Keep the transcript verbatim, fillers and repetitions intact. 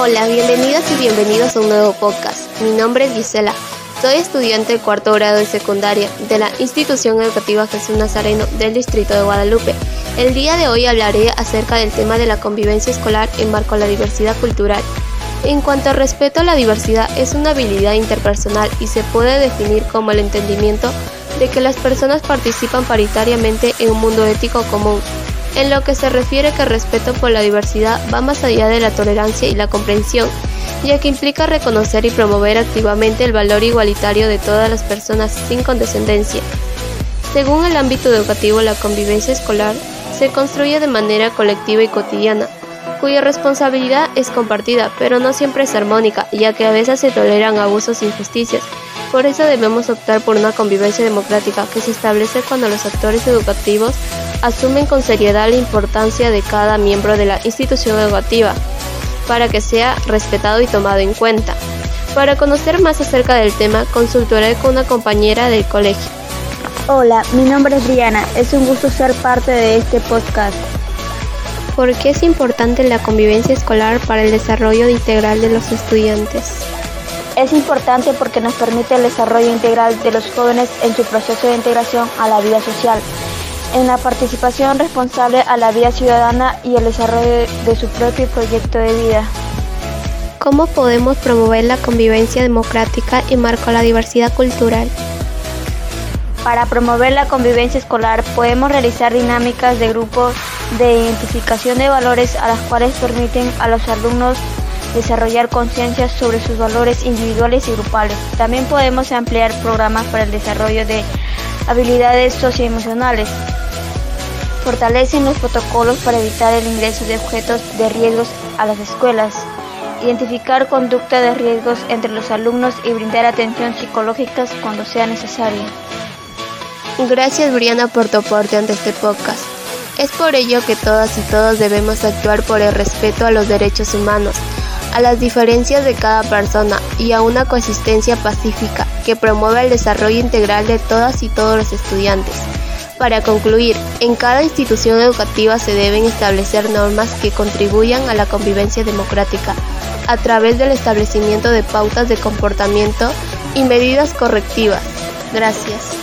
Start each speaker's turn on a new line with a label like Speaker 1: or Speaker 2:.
Speaker 1: Hola, bienvenidas y bienvenidos a un nuevo podcast. Mi nombre es Gisela, soy estudiante del cuarto grado de secundaria de la Institución Educativa Jesús Nazareno del Distrito de Guadalupe. El día de hoy hablaré acerca del tema de la convivencia escolar en marco a la diversidad cultural. En cuanto al respeto a la diversidad, es una habilidad interpersonal y se puede definir como el entendimiento de que las personas participan paritariamente en un mundo ético común. En lo que se refiere que el respeto por la diversidad va más allá de la tolerancia y la comprensión, ya que implica reconocer y promover activamente el valor igualitario de todas las personas sin condescendencia. Según el ámbito educativo, la convivencia escolar se construye de manera colectiva y cotidiana, cuya responsabilidad es compartida, pero no siempre es armónica, ya que a veces se toleran abusos e injusticias. Por eso debemos optar por una convivencia democrática que se establece cuando los actores educativos asumen con seriedad la importancia de cada miembro de la institución educativa, para que sea respetado y tomado en cuenta. Para conocer más acerca del tema, consultaré con una compañera del colegio.
Speaker 2: Hola, mi nombre es Briana, es un gusto ser parte de este podcast.
Speaker 1: ¿Por qué es importante la convivencia escolar para el desarrollo integral de los estudiantes?
Speaker 2: Es importante porque nos permite el desarrollo integral de los jóvenes en su proceso de integración a la vida social, en la participación responsable a la vida ciudadana y el desarrollo de su propio proyecto de vida.
Speaker 1: ¿Cómo podemos promover la convivencia democrática en marco a la diversidad cultural?
Speaker 2: Para promover la convivencia escolar podemos realizar dinámicas de grupos de identificación de valores a las cuales permiten a los alumnos desarrollar conciencia sobre sus valores individuales y grupales. También podemos ampliar programas para el desarrollo de habilidades socioemocionales. Fortalecen los protocolos para evitar el ingreso de objetos de riesgos a las escuelas. Identificar conducta de riesgos entre los alumnos y brindar atención psicológica cuando sea necesario.
Speaker 1: Gracias, Briana, por tu aporte ante este podcast. Es por ello que todas y todos debemos actuar por el respeto a los derechos humanos, a las diferencias de cada persona y a una coexistencia pacífica que promueva el desarrollo integral de todas y todos los estudiantes. Para concluir, en cada institución educativa se deben establecer normas que contribuyan a la convivencia democrática a través del establecimiento de pautas de comportamiento y medidas correctivas. Gracias.